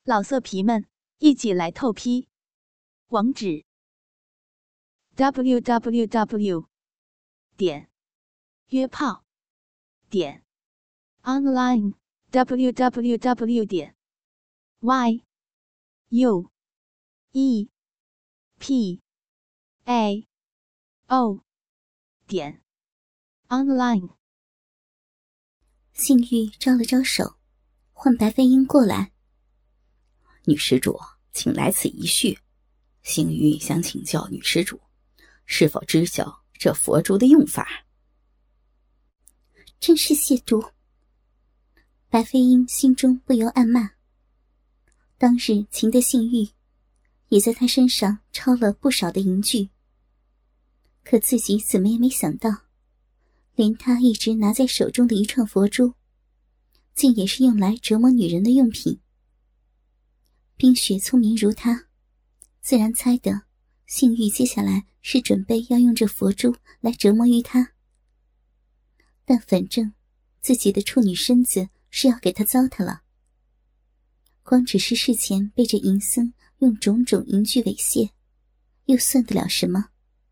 老色皮们，一起来透批！网址 www.约炮online www.yuepao.online。 性欲招了招手，唤白飞鹰过来。 女施主，请来此一叙。性欲想请教女施主，是否知晓这佛珠的用法？ 真是亵渎！白飞鹰心中不由暗骂。当日秦的性欲，也在他身上抄了不少的银具，可自己怎么也没想到，连他一直拿在手中的一串佛珠，竟也是用来折磨女人的用品。冰雪聪明如他，自然猜得性欲接下来是准备要用这佛珠来折磨于他。但反正自己的处女身子是要给他糟蹋了，光只是事前被这淫僧用种种淫具猥亵，又算得了什么？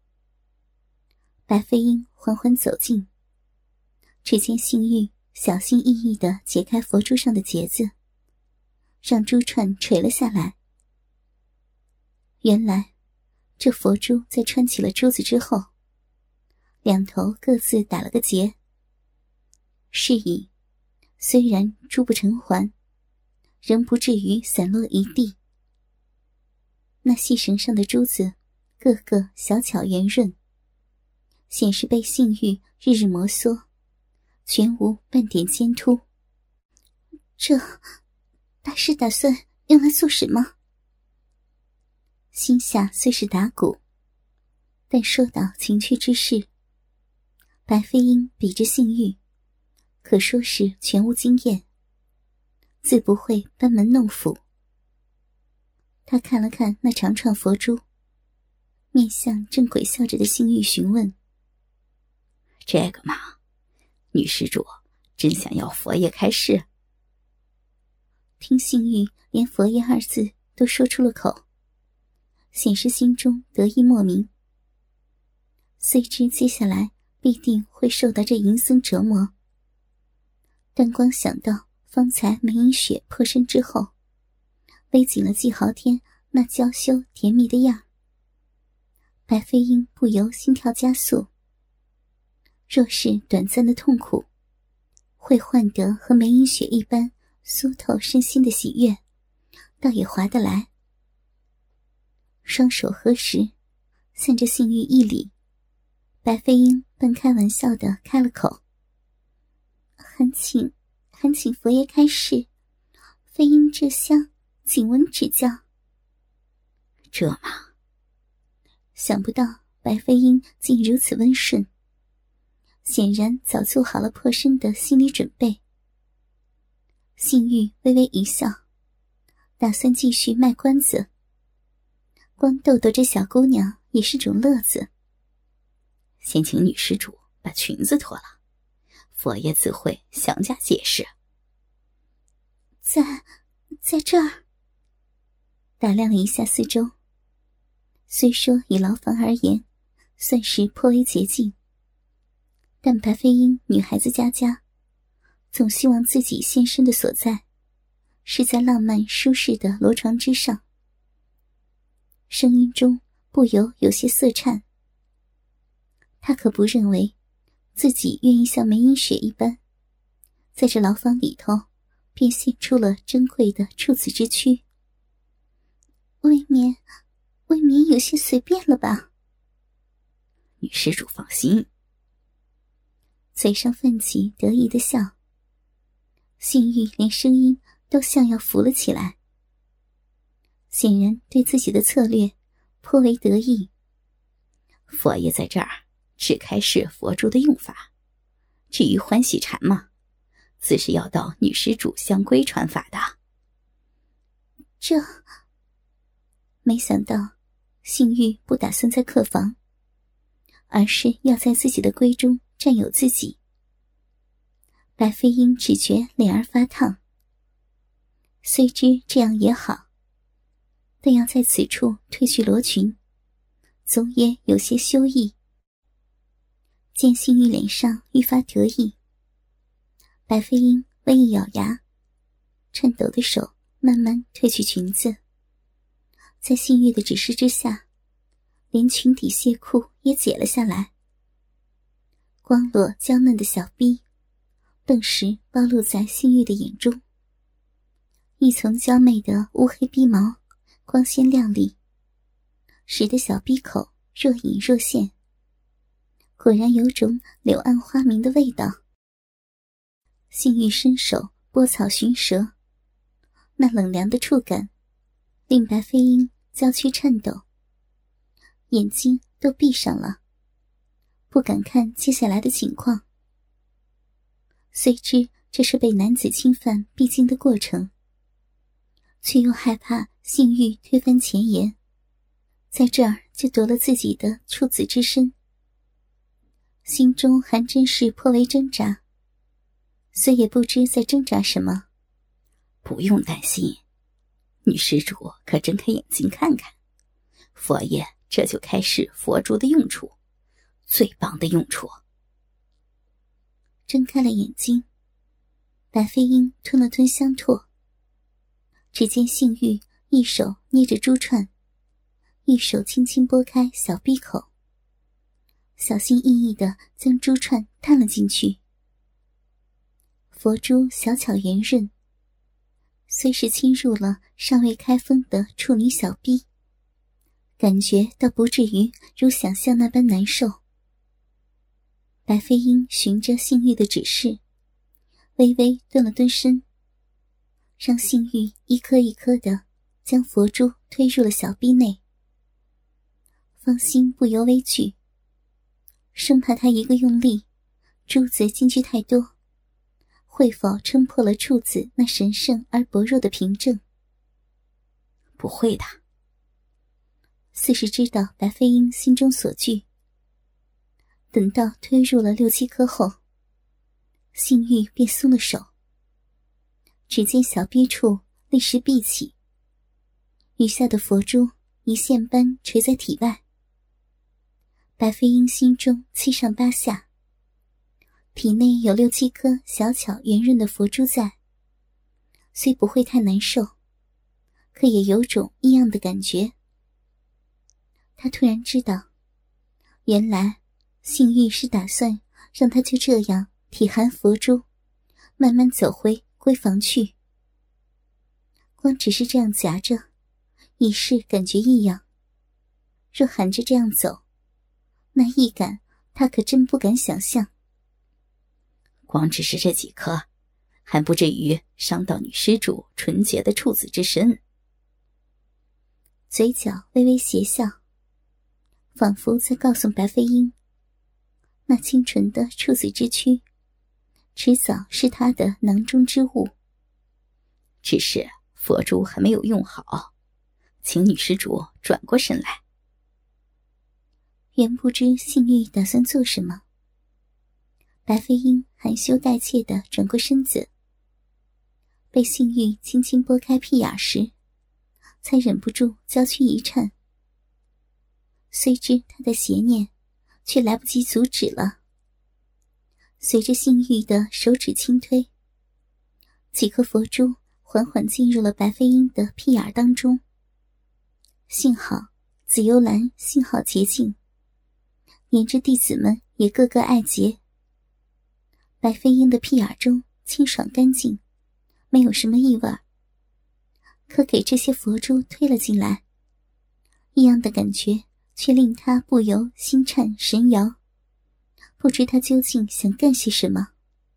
白飞鹰缓缓走近，只见性欲小心翼翼地解开佛珠上的结子，让珠串垂了下来。原来这佛珠在穿起了珠子之后，两头各自打了个结，是以虽然珠不成环，仍不至于散落一地。那细绳上的珠子个个小巧圆润，显是被性欲日日摩挲，全无半点尖凸。这大师打算用来做什么？心下虽是打鼓，但说到情趣之事，白飞鹰比之性欲，可说是全无经验，自不会班门弄斧。他看了看那长串佛珠，面向正鬼笑着的性欲询问： 这个嘛，女施主真想要佛爷开示？ 听性欲连佛爷二字都说出了口，显示心中得意莫名。虽知接下来必定会受到这淫僧折磨，但光想到方才梅影雪破身之后勒紧了季豪天那娇羞甜蜜的样，白飞鹰不由心跳加速。若是短暂的痛苦，会换得和梅影雪一般酥透身心的喜悦，倒也划得来。双手合十，向着性欲一礼，白飞鹰半开玩笑地开了口：还请佛爷开示，飞鹰这厢谨闻指教。 这嘛， 想不到白飞鹰竟如此温顺，显然早做好了破身的心理准备。性欲微微一笑，打算继续卖关子。光逗逗这小姑娘也是种乐子。 先请女施主把裙子脱了，佛爷自会详加解释。 在这儿打量了一下四周，虽说以牢房而言算是颇为洁净，但白飞鹰女孩子家家总希望自己现身的所在是在浪漫舒适的罗床之上，声音中不由有些色颤。他可不认为自己愿意像梅影雪一般，在这牢房里头便现出了珍贵的处子之躯，未免有些随便了吧？ 女施主放心。 嘴上泛起得意的笑，性欲连声音都像要浮了起来，显然对自己的策略颇为得意。 佛爷在这儿只开示佛珠的用法，至于欢喜禅嘛，自是要到女施主相归传法的。 这没想到性欲不打算在客房，而是要在自己的闺中占有自己。白飞鹰只觉脸儿发烫， 虽知这样也好，但要在此处褪去罗裙，总也有些羞意。见性欲脸上愈发得意，白飞鹰微一咬牙，颤抖的手慢慢褪去裙子，在性欲的指示之下，连裙底亵裤也解了下来，光裸娇嫩的小臂顿时暴露在性欲的眼中，一丛娇媚的乌黑逼毛光鲜亮丽，使得小臂口若隐若现，果然有种柳暗花明的味道。性欲伸手拨草寻蛇，那冷凉的触感令白飞鹰娇躯颤抖，眼睛都闭上了，不敢看接下来的情况。虽知这是被男子侵犯必经的过程，却又害怕性欲推翻前言，在这儿就夺了自己的处子之身，心中还真是颇为挣扎，虽也不知在挣扎什么。 不用担心，女施主可睁开眼睛看看，佛爷这就开始佛珠的用处，最棒的用处。 睁开了眼睛，白飞鹰吞了吞香唾，只见性欲一手捏着珠串，一手轻轻拨开小闭口，小心翼翼地将珠串探了进去。佛珠小巧圆润，虽是侵入了尚未开封的处女小臂，感觉倒不至于如想象那般难受。白飞鹰循着性欲的指示，微微顿了顿身，让性欲一颗一颗地将佛珠推入了小臂内。芳心不由微惧，生怕他一个用力，珠子进去太多，会否撑破了处子那神圣而薄弱的凭证？ 不会的。 似是知道白飞鹰心中所惧，等到推入了6-7颗后，性欲便松了手，只见小臂处立时闭起，余下的佛珠一线般垂在体外。白飞鹰心中七上八下，体内有6-7颗小巧圆润的佛珠在，虽不会太难受，可也有种异样的感觉。他突然知道，原来性欲是打算让他就这样体含佛珠，慢慢走回闺房去。光只是这样夹着，已是感觉异样，若含着这样走，那异感他可真不敢想象。 光只是这几颗，还不至于伤到女施主纯洁的处子之身。 嘴角微微邪笑，仿佛在告诉白飞鹰，那清纯的处子之躯迟早是他的囊中之物。 只是佛珠还没有用好，请女施主转过身来。 原不知性欲打算做什么，白飞鹰含羞带怯地转过身子，被性欲轻轻拨开屁眼时，才忍不住娇躯一颤。虽知他的邪念，却来不及阻止了。随着性欲的手指轻推，几颗佛珠缓缓进入了白飞鹰的屁眼当中。幸好紫幽兰性好洁净，连着弟子们也个个爱洁。白飞鹰的屁眼中清爽干净，没有什么异味，可给这些佛珠推了进来，异样的感觉却令他不由心颤神摇，不知他究竟想干些什么。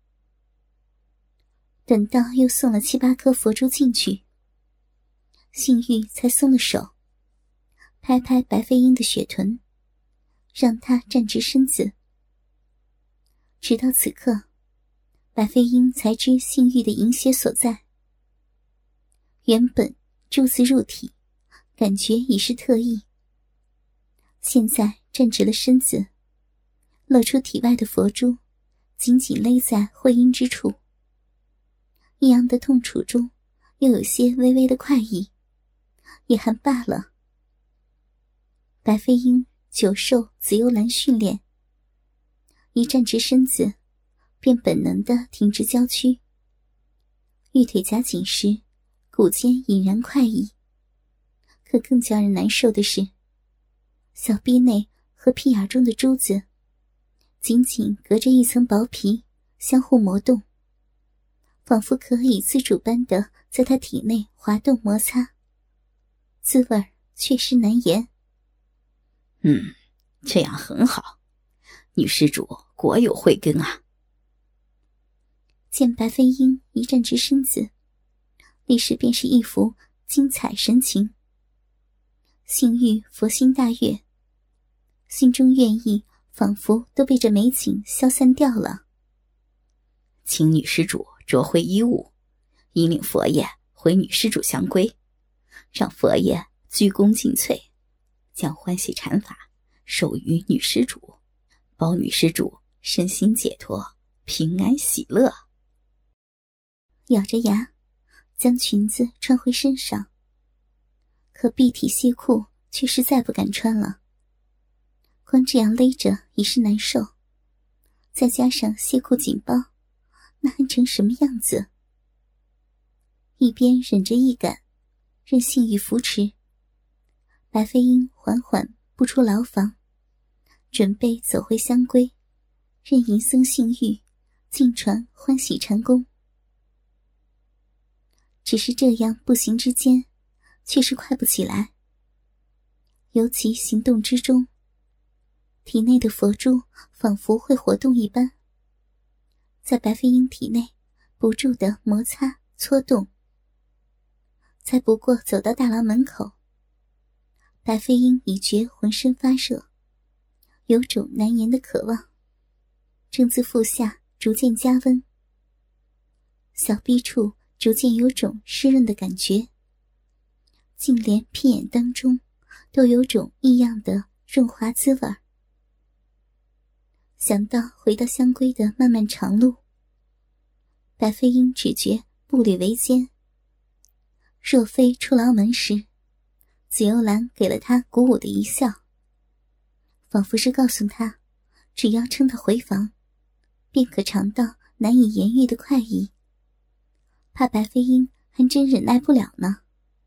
等到又送了7-8颗佛珠进去，性欲才松了手，拍拍白飞鹰的雪臀，让他站直身子。直到此刻，白飞鹰才知性欲的淫邪所在。原本珠子入体，感觉已是特异，现在站直了身子，露出体外的佛珠紧紧勒在会阴之处，异样的痛楚中又有些微微的快意，也还罢了。白飞鹰久受紫幽兰训练，一站直身子便本能地挺直娇躯，玉腿夹紧时骨间隐然快意。可更叫人难受的是，小臂内和屁眼中的珠子紧紧隔着一层薄皮相互磨动，仿佛可以自主般的在他体内滑动摩擦，滋味确实难言。 这样很好，女施主果有慧根啊。 见白飞鹰一站直身子，立时便是一副精彩神情。性欲佛心大悦，心中愿意仿佛都被这美景消散掉了。 请女施主着回衣物，引领佛爷回女施主相归，让佛爷鞠躬尽瘁，将欢喜禅法授予女施主，保女施主身心解脱，平安喜乐。 咬着牙将裙子穿回身上，可蔽体亵裤却实在不敢穿了，光这样勒着已是难受，再加上亵裤紧包，那还成什么样子？一边忍着易感，任性欲扶持，白飞鹰缓缓步出牢房，准备走回香闺，任银僧性欲尽传欢喜禅功。只是这样步行之间却是快不起来，尤其行动之中，体内的佛珠仿佛会活动一般，在白飞鹰体内不住地摩擦搓动。才不过走到大牢门口，白飞鹰已觉浑身发热，有种难言的渴望，正自腹下逐渐加温，小臂处逐渐有种湿润的感觉，竟连屁眼当中都有种异样的润滑滋味。想到回到香闺的漫漫长路，白飞鹰只觉步履维艰。若非出牢门时，紫幽兰给了他鼓舞的一笑，仿佛是告诉他，只要撑到回房，便可尝到难以言喻的快意，怕白飞鹰还真忍耐不了呢。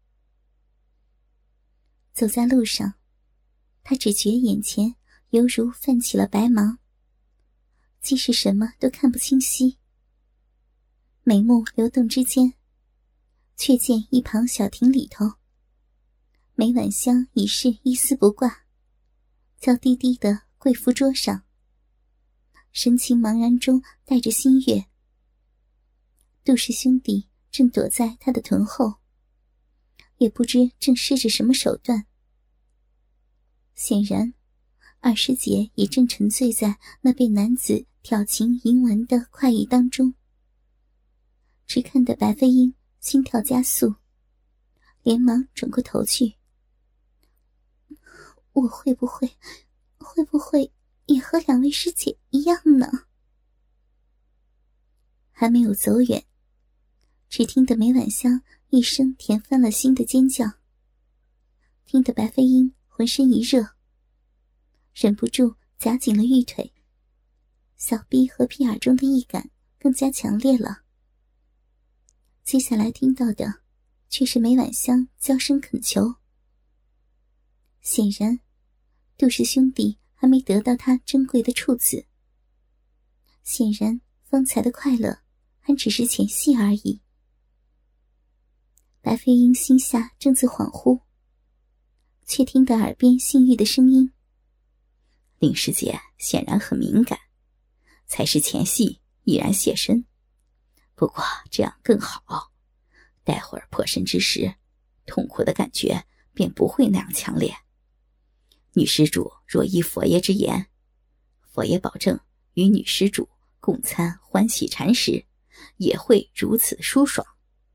走在路上，他只觉眼前犹如泛起了白茫，即是什么都看不清晰。眉目流动之间，却见一旁小亭里头，每晚香已是一丝不挂，娇滴滴的跪伏桌上，神情茫然中带着心悦。杜氏兄弟正躲在他的臀后，也不知正施着什么手段。显然二师姐也正沉醉在那被男子挑情淫玩的快意当中，只看得白飞鹰心跳加速，连忙转过头去。我会不会也和两位师姐一样呢？还没有走远，只听得梅婉香一声甜翻了心的尖叫，听得白飞鹰浑身一热，忍不住夹紧了玉腿，小臂和屁眼中的异感更加强烈了。接下来听到的却是梅婉香娇声恳求。显然杜氏兄弟还没得到他珍贵的处子，显然方才的快乐还只是前戏而已。白飞鹰心下正自恍惚，却听得耳边性欲的声音。 令师姐显然很敏感，才是前戏已然现身，不过这样更好，待会儿破身之时，痛苦的感觉便不会那样强烈。女施主若依佛爷之言，佛爷保证与女施主共餐欢喜禅时，也会如此舒爽。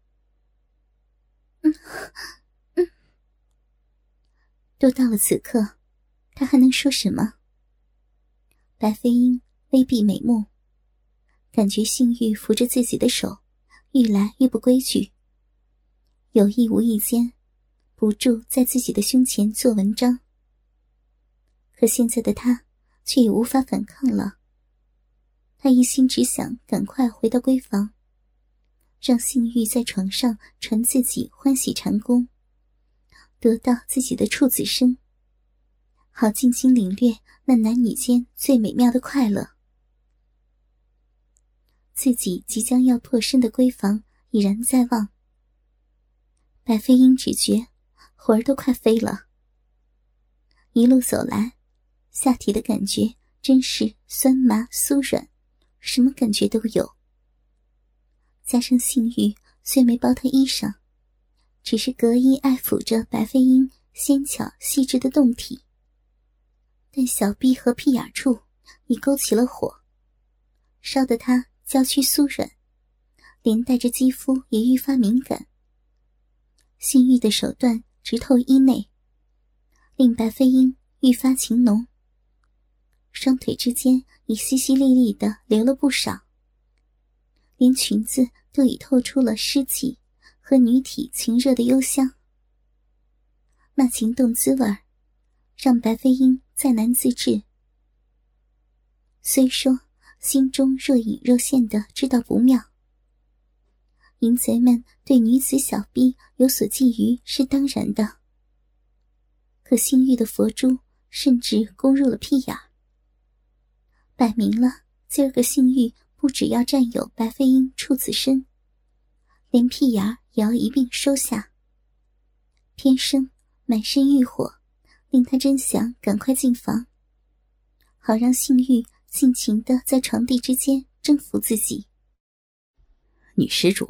都到了此刻，他还能说什么？白飞鹰微闭美目，感觉性欲扶着自己的手愈来愈不规矩， 有意无意间不住在自己的胸前做文章。可现在的他却也无法反抗了，他一心只想赶快回到闺房，让性欲在床上传自己欢喜禅功，得到自己的处子身，好尽情领略那男女间最美妙的快乐。自己即将要破身的闺房已然在望，白飞鹰只觉魂儿都快飞了。一路走来，下体的感觉真是酸麻酥软，什么感觉都有。加上性欲虽没包他衣裳，只是隔衣爱抚着白飞鹰纤巧细致的胴体，但小臂和屁眼处已勾起了火，烧得他娇躯酥软，连带着肌肤也愈发敏感。性欲的手段直透衣内，令白飞鹰愈发情浓，双腿之间已淅淅沥沥地流了不少，连裙子都已透出了湿气和女体情热的幽香。那情动滋味让白飞鹰再难自制，虽说心中若隐若现的知道不妙，淫贼们对女子小臂有所觊觎是当然的，可性欲的佛珠甚至攻入了屁眼，摆明了今儿个性欲不只要占有白飞鹰处子身，连屁眼也要一并收下。天生满身欲火，令他真想赶快进房，好让性欲尽情地在床地之间征服自己。 女施主，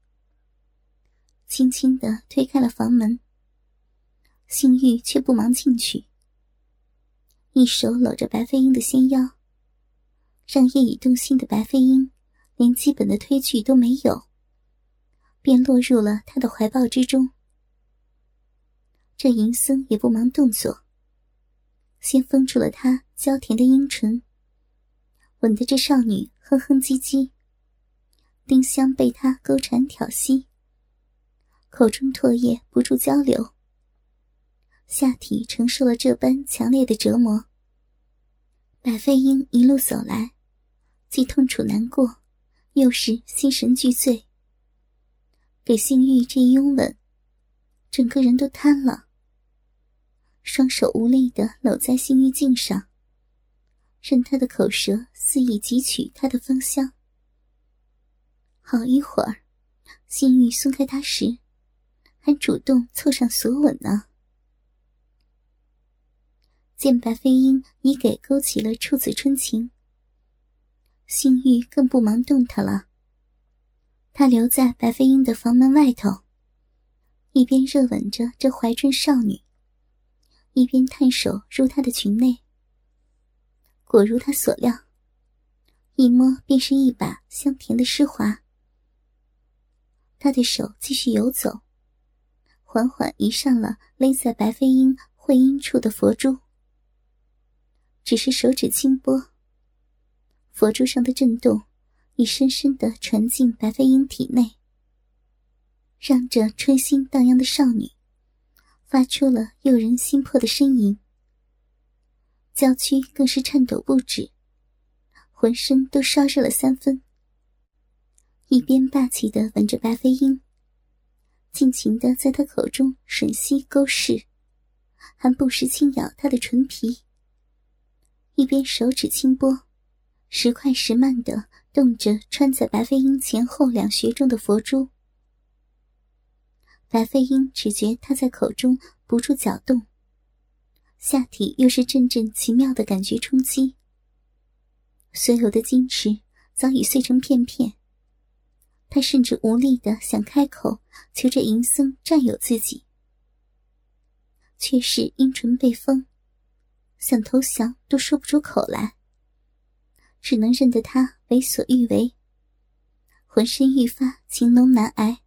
轻轻地推开了房门，性欲却不忙进去，一手搂着白飞鹰的纤腰，让夜已动心的白飞鹰连基本的推拒都没有，便落入了他的怀抱之中。这淫僧也不忙动作，先封住了他娇甜的阴唇，吻得这少女哼哼唧唧，丁香被他勾缠挑衅，口中唾液不住交流，下体承受了这般强烈的折磨。白飞鹰一路走来，既痛楚难过，又是心神俱醉，给性欲这一拥吻，整个人都瘫了，双手无力地搂在性欲颈上，任他的口舌肆意汲取他的芳香。好一会儿，性欲松开他时，还主动凑上索吻呢。见白飞鹰已给勾起了处子春情，性欲更不忙动他了。他留在白飞鹰的房门外头，一边热吻着这怀春少女，一边探手入她的裙内。果如他所料，一摸便是一把香甜的湿滑。他的手继续游走，缓缓移上了勒在白飞鹰会阴处的佛珠。只是手指轻拨，佛珠上的震动已深深地传进白飞鹰体内，让这春心荡漾的少女发出了诱人心魄的呻吟，娇躯更是颤抖不止，浑身都烧热了3分。一边霸气地吻着白飞鹰，尽情地在他口中吮吸勾噬，还不时轻咬他的唇皮，一边手指轻拨，时快时慢地动着穿在白飞鹰前后2穴中的佛珠。白飞鹰只觉他在口中不住搅动，下体又是阵阵奇妙的感觉冲击，所有的矜持早已碎成片片。他甚至无力地想开口求这淫僧占有自己，却是阴唇被封，想投降都说不出口来，只能任得他为所欲为，浑身愈发情浓难挨。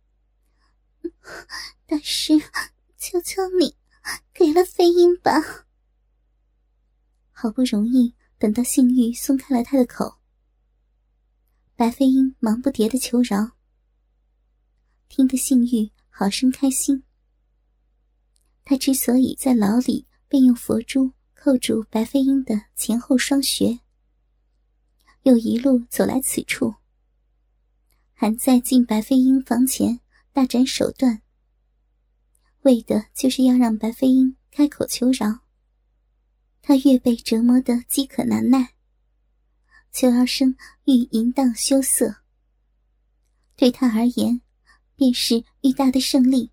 大师，求求你给了飞鹰吧。好不容易等到性欲松开了他的口，白飞鹰忙不迭地求饶，听得性欲好生开心。他之所以在牢里便用佛珠扣住白飞鹰的前后双穴，又一路走来此处，还在进白飞鹰房前大展手段，为的就是要让白飞鹰开口求饶。他越被折磨得饥渴难耐，求饶声愈淫荡羞涩，对他而言便是愈大的胜利。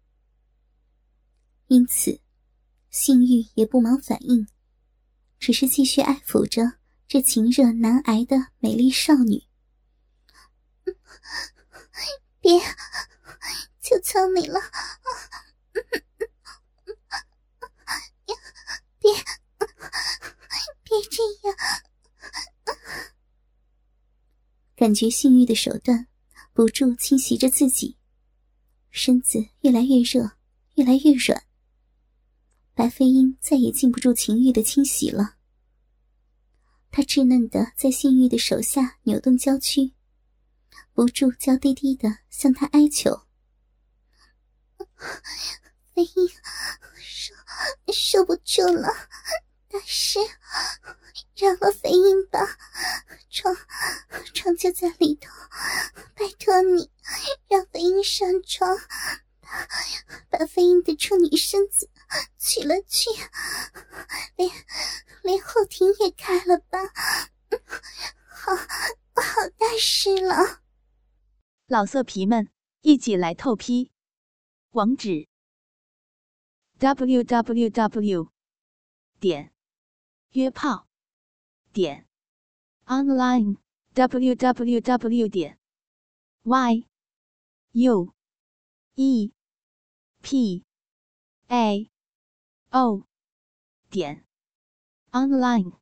因此性欲也不忙反应，只是继续爱抚着这情热难挨的美丽少女。别，求求你了，别这样。感觉性欲的手段不住侵袭着自己，身子越来越热，越来越软。白飞鹰再也禁不住情欲的侵袭了，他稚嫩的在性欲的手下扭动娇躯，不住娇滴滴的向他哀求。飞鹰受不住了，大师，饶了飞鹰吧，床就在里头，拜托你让飞鹰上床，把飞鹰的处女身子取了去，连后庭也开了吧。好大师了。 老色皮们，一起来透批！网址 www.约炮.online www.yuepao.online